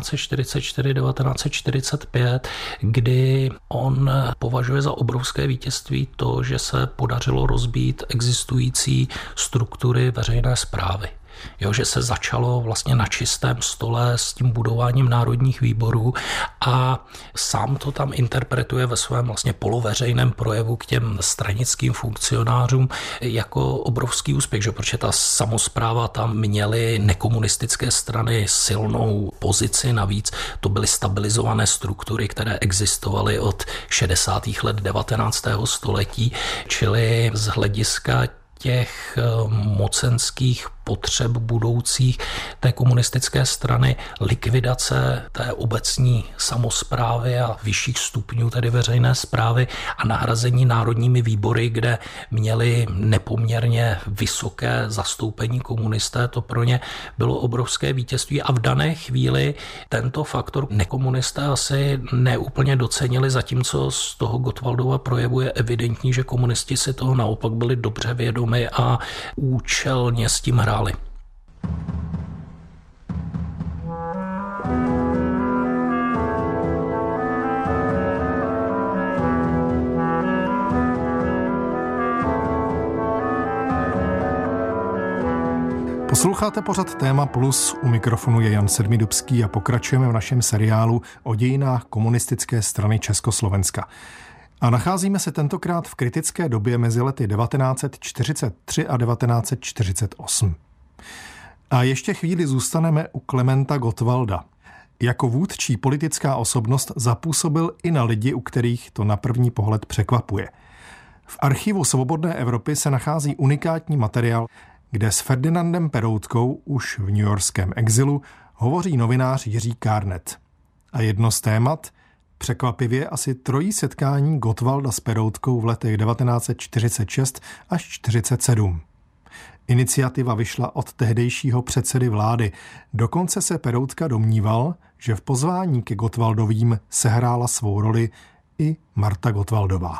1944-1945, kdy on považuje za obrovské vítězství to, že se podařilo rozbít existující struktury veřejné správy. Jo, že se začalo vlastně na čistém stole s tím budováním národních výborů a sám to tam interpretuje ve svém vlastně poloveřejném projevu k těm stranickým funkcionářům jako obrovský úspěch, že protože ta samospráva tam měly nekomunistické strany silnou pozici, navíc to byly stabilizované struktury, které existovaly od 60. let 19. století, čili z hlediska těch mocenských potřeb budoucích té komunistické strany, likvidace té obecní samosprávy a vyšších stupňů tedy veřejné správy a nahrazení národními výbory, kde měli nepoměrně vysoké zastoupení komunisté, to pro ně bylo obrovské vítězství a v dané chvíli tento faktor nekomunisté asi neúplně docenili, zatímco z toho Gottwaldova projevu je evidentní, že komunisti si toho naopak byli dobře vědomi a účelně s tím hráli. Posloucháte pořad Téma Plus, u mikrofonu je Jan Sedmidubský a pokračujeme v našem seriálu o dějinách komunistické strany Československa. A nacházíme se tentokrát v kritické době mezi lety 1943 a 1948. A ještě chvíli zůstaneme u Klementa Gottwalda. Jako vůdčí politická osobnost zapůsobil i na lidi, u kterých to na první pohled překvapuje. V archivu Svobodné Evropy se nachází unikátní materiál, kde s Ferdinandem Peroutkou už v newyorském exilu hovoří novinář Jiří Kárnet. A jedno z témat, překvapivě asi trojí setkání Gottwalda s Peroutkou v letech 1946 až 1947. Iniciativa vyšla od tehdejšího předsedy vlády. Dokonce se Peroutka domníval, že v pozvání ke Gottwaldovým sehrála svou roli i Marta Gottwaldová.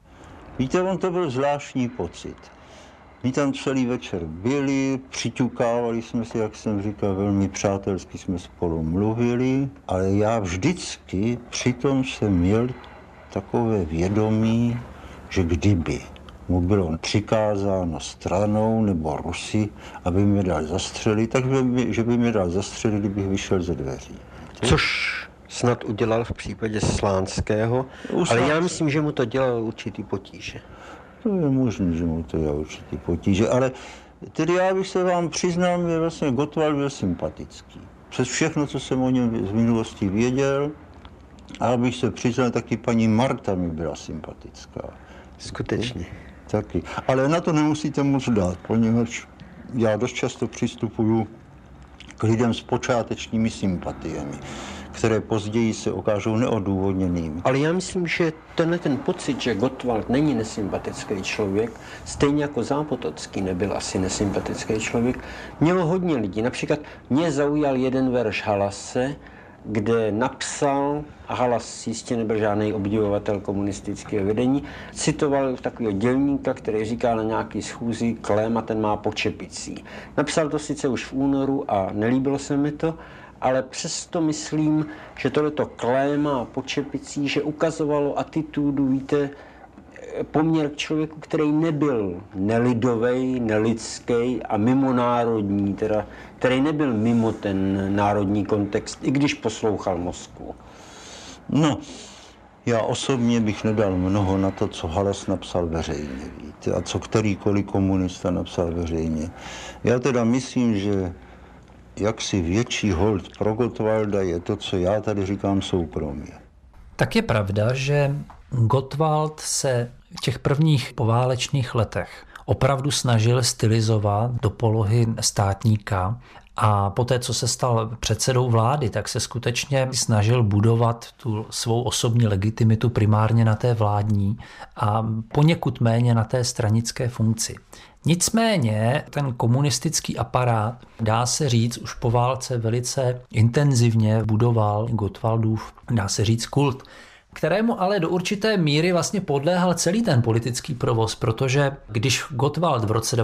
Víte, on to byl zvláštní pocit. My tam celý večer byli, přiťukávali jsme si, jak jsem říkal, velmi přátelsky jsme spolu mluvili, ale já vždycky přitom jsem měl takové vědomí, že kdyby mu bylo přikázáno stranou nebo Rusy, aby mě dal zastřelit, takže by mě dal zastřelit, kdybych vyšel ze dveří. Což snad udělal v případě Slánského, ale já myslím, že mu to dělal určitý potíže. To je možné, že mu to dělal určitý potíže, ale tedy já bych se vám přiznal, že vlastně Gottwald byl sympatický. Přes všechno, co jsem o něm z minulosti věděl, a abych se přiznal, taky paní Marta mi byla sympatická. Skutečně. Taky. Ale na to nemusíte moc dát, poněvadž já dost často přistupuju k lidem s počátečními sympatiemi, které později se ukážou neodůvodněnými. Ale já myslím, že ten pocit, že Gottwald není nesympatický člověk, stejně jako Zápotocký nebyl asi nesympatický člověk, mělo hodně lidí. Například mě zaujal jeden verš Halase, kde napsal, a Halas jistě nebyl žádný obdivovatel komunistického vedení, citoval takového dělníka, který říká na nějaký schůzi, Klém a ten má počepicí. Napsal to sice už v únoru a nelíbilo se mi to, ale přesto myslím, že tohleto Kléma a počepicí, že ukazovalo atitudu, víte, poměr k člověku, který nebyl nelidovej, nelidský a mimonárodní, teda, který nebyl mimo ten národní kontext, i když poslouchal Moskvu. No, já osobně bych nedal mnoho na to, co Halas napsal veřejně, víte, a co kterýkoliv komunista napsal veřejně. Já teda myslím, že jaksi větší hold pro Gottwalda je to, co já tady říkám soukromě. Tak je pravda, že Gottwald se v těch prvních poválečných letech opravdu snažil stylizovat do polohy státníka a poté, co se stal předsedou vlády, tak se skutečně snažil budovat tu svou osobní legitimitu primárně na té vládní a poněkud méně na té stranické funkci. Nicméně ten komunistický aparát, dá se říct, už po válce velice intenzivně budoval Gottwaldův, dá se říct, kult, kterému ale do určité míry vlastně podléhal celý ten politický provoz, protože když Gottwald v roce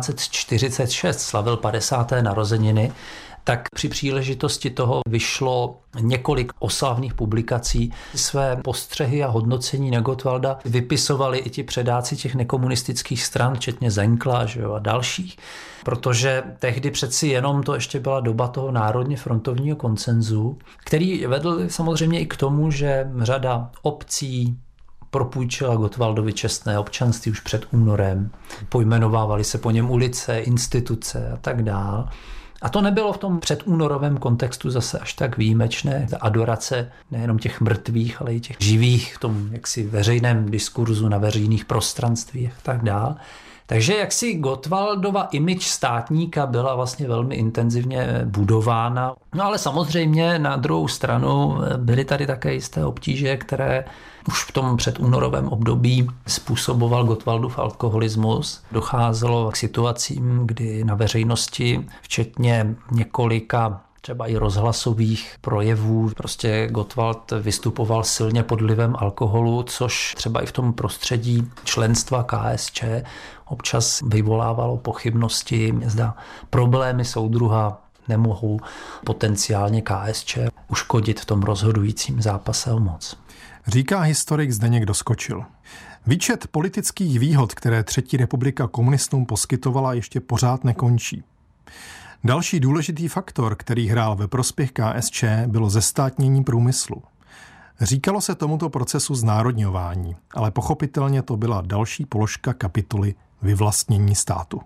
1946 slavil 50. narozeniny, tak při příležitosti toho vyšlo několik oslavných publikací. Své postřehy a hodnocení na Gottwalda vypisovali i ti předáci těch nekomunistických stran, včetně Zenkla a dalších, protože tehdy přeci jenom to ještě byla doba toho národně frontovního konsenzu, který vedl samozřejmě i k tomu, že řada obcí propůjčila Gottwaldovi čestné občanství už před únorem, pojmenovávaly se po něm ulice, instituce a tak dál. A to nebylo v tom předúnorovém kontextu zase až tak výjimečné. Ta adorace nejenom těch mrtvých, ale i těch živých v tom jaksi veřejném diskurzu na veřejných prostranstvích a tak dál. Takže jaksi Gottwaldova image státníka byla vlastně velmi intenzivně budována. No ale samozřejmě na druhou stranu byly tady také jisté obtíže, které už v tom předúnorovém období způsoboval Gottwaldův alkoholismus. Docházelo k situacím, kdy na veřejnosti, včetně několika třeba i rozhlasových projevů, prostě Gottwald vystupoval silně pod vlivem alkoholu, což třeba i v tom prostředí členstva KSČ občas vyvolávalo pochybnosti, zda problémy soudruha nemohou potenciálně KSČ uškodit v tom rozhodujícím zápase o moc. Říká historik Zdeněk Doskočil. Výčet politických výhod, které Třetí republika komunistům poskytovala, ještě pořád nekončí. Další důležitý faktor, který hrál ve prospěch KSČ, bylo zestátnění průmyslu. Říkalo se tomuto procesu znárodňování, ale pochopitelně to byla další položka kapitoly vyvlastnění státu.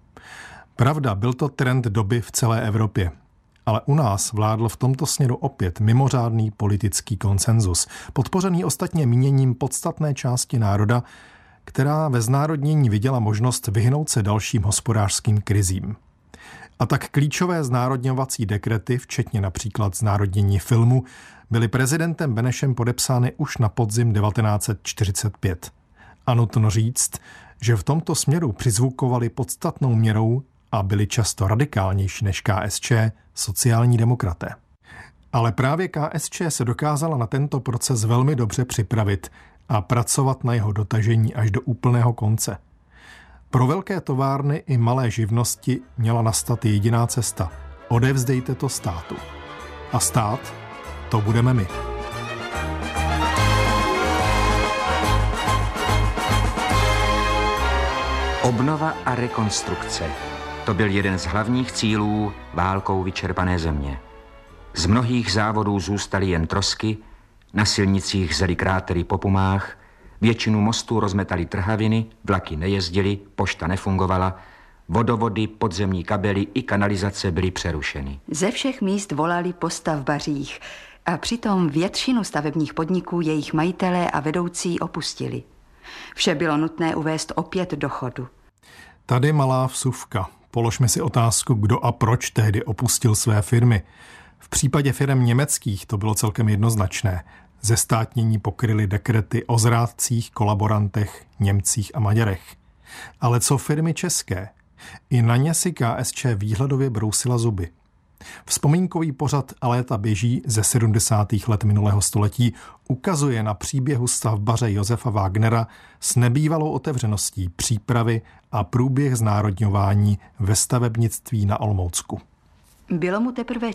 Pravda, byl to trend doby v celé Evropě. Ale u nás vládl v tomto směru opět mimořádný politický konsenzus, podpořený ostatně míněním podstatné části národa, která ve znárodnění viděla možnost vyhnout se dalším hospodářským krizím. A tak klíčové znárodňovací dekrety, včetně například znárodnění filmu, byly prezidentem Benešem podepsány už na podzim 1945. A nutno říct, že v tomto směru přizvukovali podstatnou měrou a byli často radikálnější než KSČ sociální demokraté. Ale právě KSČ se dokázala na tento proces velmi dobře připravit a pracovat na jeho dotažení až do úplného konce. Pro velké továrny i malé živnosti měla nastat jediná cesta. Odevzdejte to státu. A stát, to budeme my. Obnova a rekonstrukce. To byl jeden z hlavních cílů válkou vyčerpané země. Z mnohých závodů zůstaly jen trosky, na silnicích zely krátery po pumách, většinu mostů rozmetaly trhaviny, vlaky nejezdily, pošta nefungovala, vodovody, podzemní kabely i kanalizace byly přerušeny. Ze všech míst volali po stavbařích a přitom většinu stavebních podniků jejich majitelé a vedoucí opustili. Vše bylo nutné uvést opět do chodu. Tady malá vsuvka. Položme si otázku, kdo a proč tehdy opustil své firmy. V případě firem německých to bylo celkem jednoznačné. Zestátnění pokryly dekrety o zrádcích, kolaborantech, Němcích a Maďarech. Ale co firmy české? I na ně si KSČ výhledově brousila zuby. Vzpomínkový pořad A léta běží ze 70. let minulého století ukazuje na příběhu stavbaře Josefa Wagnera s nebývalou otevřeností přípravy a průběh znárodňování ve stavebnictví na Olomoucku. Bylo mu teprve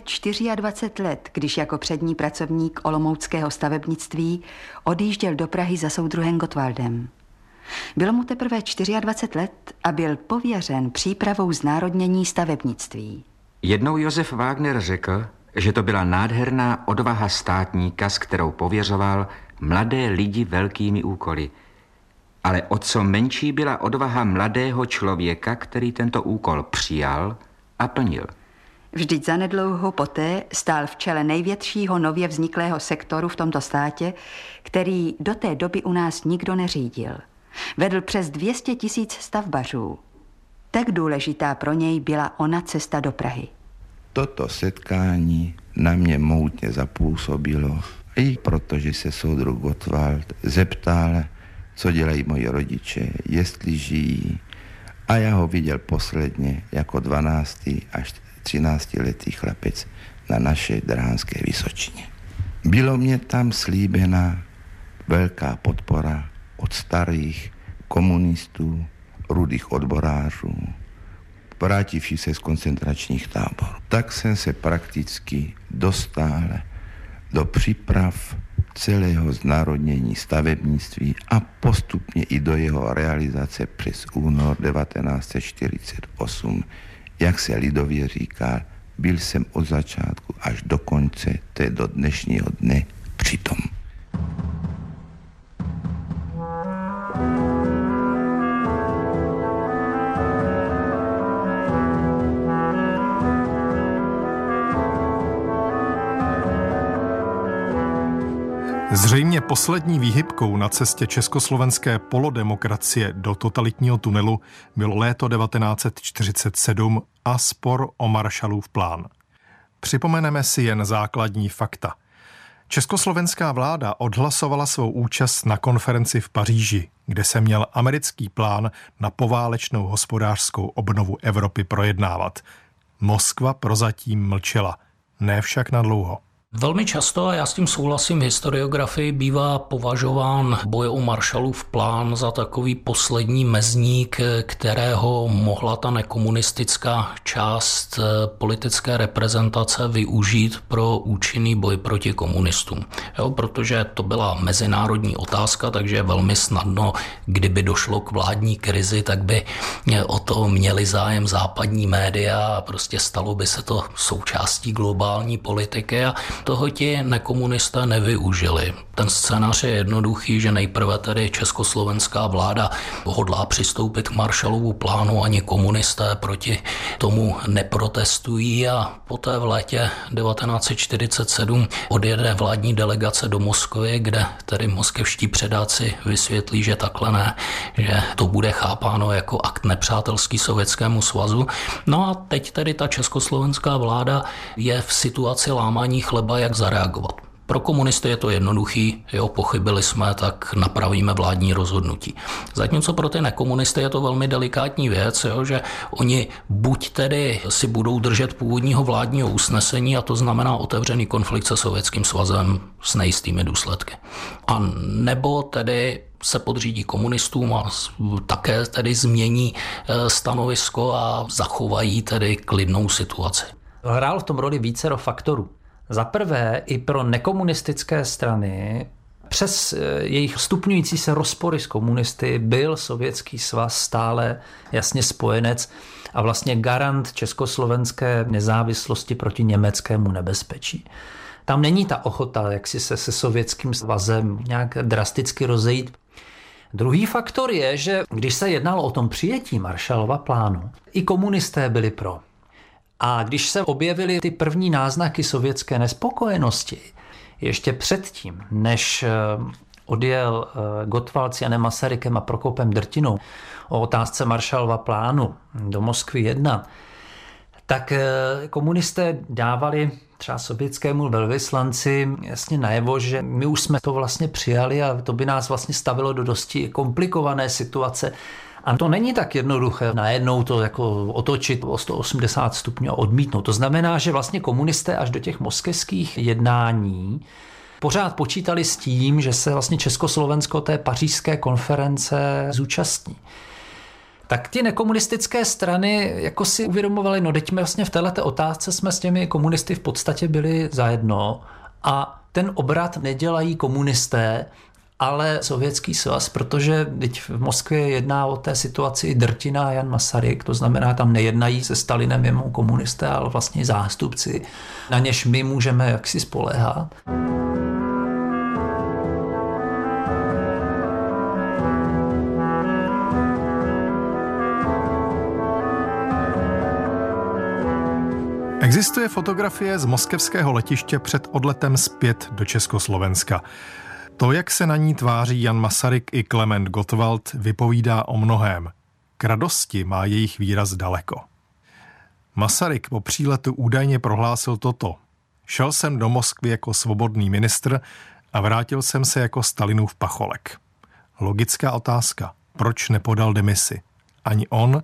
24 let, když jako přední pracovník olomouckého stavebnictví odjížděl do Prahy za soudruhem Gottwaldem. Bylo mu teprve 24 let a byl pověřen přípravou znárodnění stavebnictví. Jednou Josef Wagner řekl, že to byla nádherná odvaha státníka, s kterou pověřoval mladé lidi velkými úkoly. Ale o co menší byla odvaha mladého člověka, který tento úkol přijal a plnil. Vždyť zanedlouho poté stál v čele největšího nově vzniklého sektoru v tomto státě, který do té doby u nás nikdo neřídil. Vedl přes 200 000 stavbařů. Tak důležitá pro něj byla ona cesta do Prahy. Toto setkání na mě mohutně zapůsobilo, i protože se soudruh Gottwald zeptal, co dělají moji rodiče, jestli žijí. A já ho viděl posledně jako 12. až 13. letý chlapec na naší Drhánské Vysočině. Bylo mě tam slíbena velká podpora od starých komunistů, rudých odborářů, vrátivší se z koncentračních táborů. Tak jsem se prakticky dostal do příprav celého znárodnění stavebnictví a postupně i do jeho realizace přes únor 1948. Jak se lidově říká, byl jsem od začátku až do konce, to je do dnešního dne, přitom. Zřejmě poslední výhybkou na cestě československé polodemokracie do totalitního tunelu bylo léto 1947 a spor o Marshallův plán. Připomeneme si jen základní fakta. Československá vláda odhlasovala svou účast na konferenci v Paříži, kde se měl americký plán na poválečnou hospodářskou obnovu Evropy projednávat. Moskva prozatím mlčela, ne však na dlouho. Velmi často, a já s tím souhlasím, v historiografii bývá považován boj o Marshallův plán za takový poslední mezník, kterého mohla ta nekomunistická část politické reprezentace využít pro účinný boj proti komunistům. Protože to byla mezinárodní otázka, takže velmi snadno, kdyby došlo k vládní krizi, tak by o to měli zájem západní média a prostě stalo by se to součástí globální politiky a toho ti nekomunisté nevyužili. Ten scénář je jednoduchý, že nejprve tedy československá vláda hodlá přistoupit k Marshallovu plánu, ani komunisté proti tomu neprotestují a poté v létě 1947 odjede vládní delegace do Moskvy, kde tedy moskevští předáci vysvětlí, že takhle ne, že to bude chápáno jako akt nepřátelský Sovětskému svazu. No a teď tedy ta československá vláda je v situaci lámání chleba, jak zareagovat. Pro komunisty je to jednoduchý, pochybili jsme, tak napravíme vládní rozhodnutí. Zatímco pro ty nekomunisty je to velmi delikátní věc, že oni buď tedy si budou držet původního vládního usnesení, a to znamená otevřený konflikt se Sovětským svazem s nejistými důsledky. A nebo tedy se podřídí komunistům a také tedy změní stanovisko a zachovají tedy klidnou situaci. Hrál v tom roli vícero faktorů. Za prvé, i pro nekomunistické strany přes jejich stupňující se rozpory s komunisty byl Sovětský svaz stále jasně spojenec a vlastně garant československé nezávislosti proti německému nebezpečí. Tam není ta ochota, jak si se Sovětským svazem nějak drasticky rozejít. Druhý faktor je, že když se jednalo o tom přijetí Marshallova plánu, i komunisté byli pro. A když se objevily ty první náznaky sovětské nespokojenosti, ještě předtím, než odjel Gottwald s Janem Masarykem a Prokopem Drtinou o otázce Marshallova plánu do Moskvy 1, tak komunisté dávali třeba sovětskému velvyslanci jasně najevo, že my už jsme to vlastně přijali a to by nás vlastně stavilo do dosti komplikované situace. A to není tak jednoduché najednou to jako otočit o 180 stupňů a odmítnout. To znamená, že vlastně komunisté až do těch moskevských jednání pořád počítali s tím, že se vlastně Československo té pařížské konference zúčastní. Tak ty nekomunistické strany jako si uvědomovali, no teď vlastně v této otázce jsme s těmi komunisty v podstatě byli zajedno a ten obrat nedělají komunisté, ale Sovětský svaz, protože teď v Moskvě jedná o té situaci i Drtina a Jan Masaryk, to znamená, tam nejednají se Stalinem jenom komunisté, ale vlastně zástupci, na něž my můžeme jaksi spoléhat. Existuje fotografie z moskevského letiště před odletem zpět do Československa. To, jak se na ní tváří Jan Masaryk i Klement Gottwald, vypovídá o mnohém. K radosti má jejich výraz daleko. Masaryk po příletu údajně prohlásil toto. Šel jsem do Moskvy jako svobodný ministr a vrátil jsem se jako Stalinův pacholek. Logická otázka. Proč nepodal demisi? Ani on,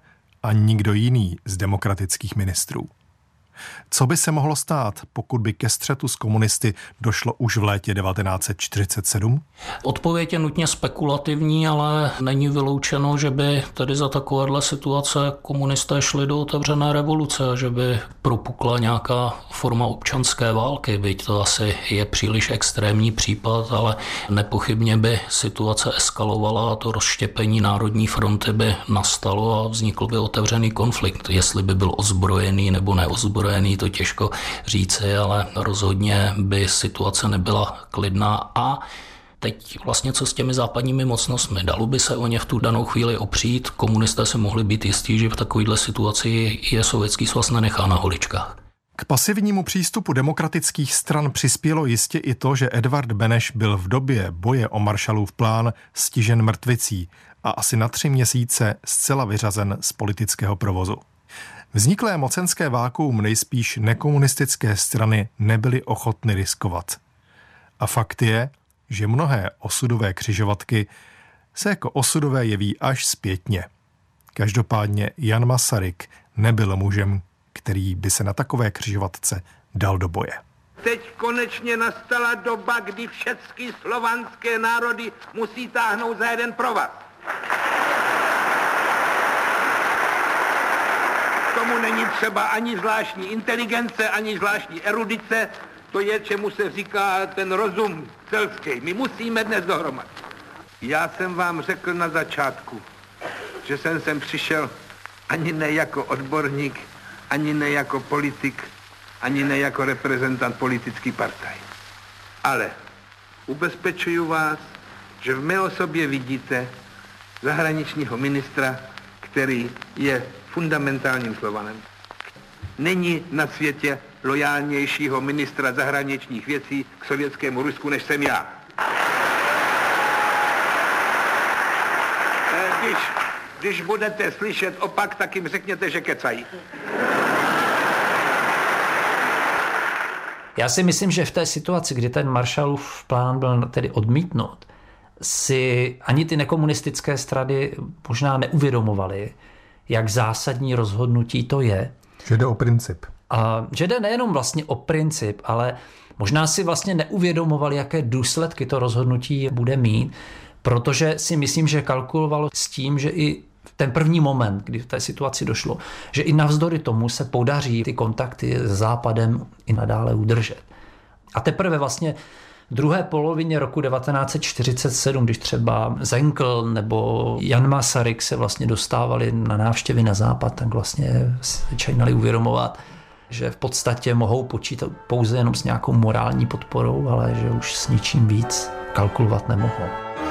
a nikdo jiný z demokratických ministrů. Co by se mohlo stát, pokud by ke střetu s komunisty došlo už v létě 1947? Odpověď je nutně spekulativní, ale není vyloučeno, že by tedy za takovéhle situace komunisté šli do otevřené revoluce a že by propukla nějaká forma občanské války. Byť to asi je příliš extrémní případ, ale nepochybně by situace eskalovala a to rozštěpení Národní fronty by nastalo a vznikl by otevřený konflikt. Jestli by byl ozbrojený nebo neozbrojený, to těžko říci, ale rozhodně by situace nebyla klidná. A teď vlastně co s těmi západními mocnostmi? Dalo by se o ně v tu danou chvíli opřít? Komunisté se mohli být jistí, že v takovéhle situaci je Sovětský svaz nenechá na holičkách. K pasivnímu přístupu demokratických stran přispělo jistě i to, že Edvard Beneš byl v době boje o Marshallův plán stižen mrtvicí a asi na 3 měsíce zcela vyřazen z politického provozu. Vzniklé mocenské vákuum nejspíš nekomunistické strany nebyly ochotny riskovat. A fakt je, že mnohé osudové křižovatky se jako osudové jeví až zpětně. Každopádně Jan Masaryk nebyl mužem, který by se na takové křižovatce dal do boje. Teď konečně nastala doba, kdy všechny slovanské národy musí táhnout za jeden provaz. Tomu není třeba ani zvláštní inteligence, ani zvláštní erudice, to je, čemu se říká ten rozum selský. My musíme dnes dohromady. Já jsem vám řekl na začátku, že jsem sem přišel ani ne jako odborník, ani ne jako politik, ani ne jako reprezentant politický partaj. Ale ubezpečuju vás, že v mé osobě vidíte zahraničního ministra, který je fundamentálním Slovanem. Není na světě lojálnějšího ministra zahraničních věcí k sovětskému Rusku, než jsem já. Když budete slyšet opak, tak jim řekněte, že kecají. Já si myslím, že v té situaci, kdy ten Marshallův plán byl tedy odmítnut, si ani ty nekomunistické strany možná neuvědomovaly, jak zásadní rozhodnutí to je. Že jde o princip. A že jde nejenom vlastně o princip, ale možná si vlastně neuvědomovali, jaké důsledky to rozhodnutí bude mít, protože si myslím, že kalkulovalo s tím, že i ten první moment, kdy v té situaci došlo, že i navzdory tomu se podaří ty kontakty s Západem i nadále udržet. A teprve vlastně v druhé polovině roku 1947, když třeba Zenkl nebo Jan Masaryk se vlastně dostávali na návštěvy na Západ, tak vlastně se začínali uvědomovat, že v podstatě mohou počítat pouze jenom s nějakou morální podporou, ale že už s ničím víc kalkulovat nemohou.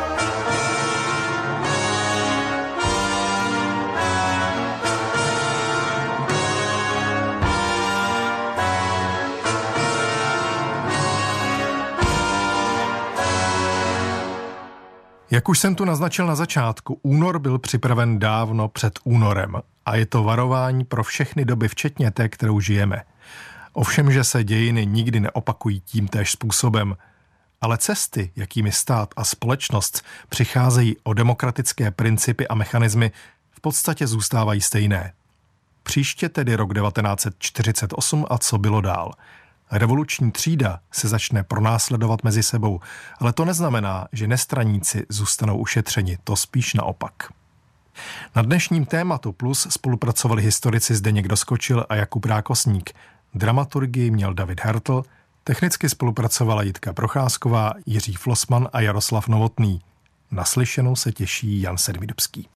Jak už jsem tu naznačil na začátku, únor byl připraven dávno před únorem a je to varování pro všechny doby, včetně té, kterou žijeme. Ovšem, že se dějiny nikdy neopakují tímtéž způsobem, ale cesty, jakými stát a společnost přicházejí o demokratické principy a mechanismy, v podstatě zůstávají stejné. Příště tedy rok 1948 a co bylo dál. Revoluční třída se začne pronásledovat mezi sebou, ale to neznamená, že nestraníci zůstanou ušetřeni, to spíš naopak. Na dnešním tématu Plus spolupracovali historici Zdeněk Doskočil a Jakub Rákosník. Dramaturgii měl David Hertl, technicky spolupracovala Jitka Procházková, Jiří Flossmann a Jaroslav Novotný. Naslyšenou se těší Jan Sedmidubský.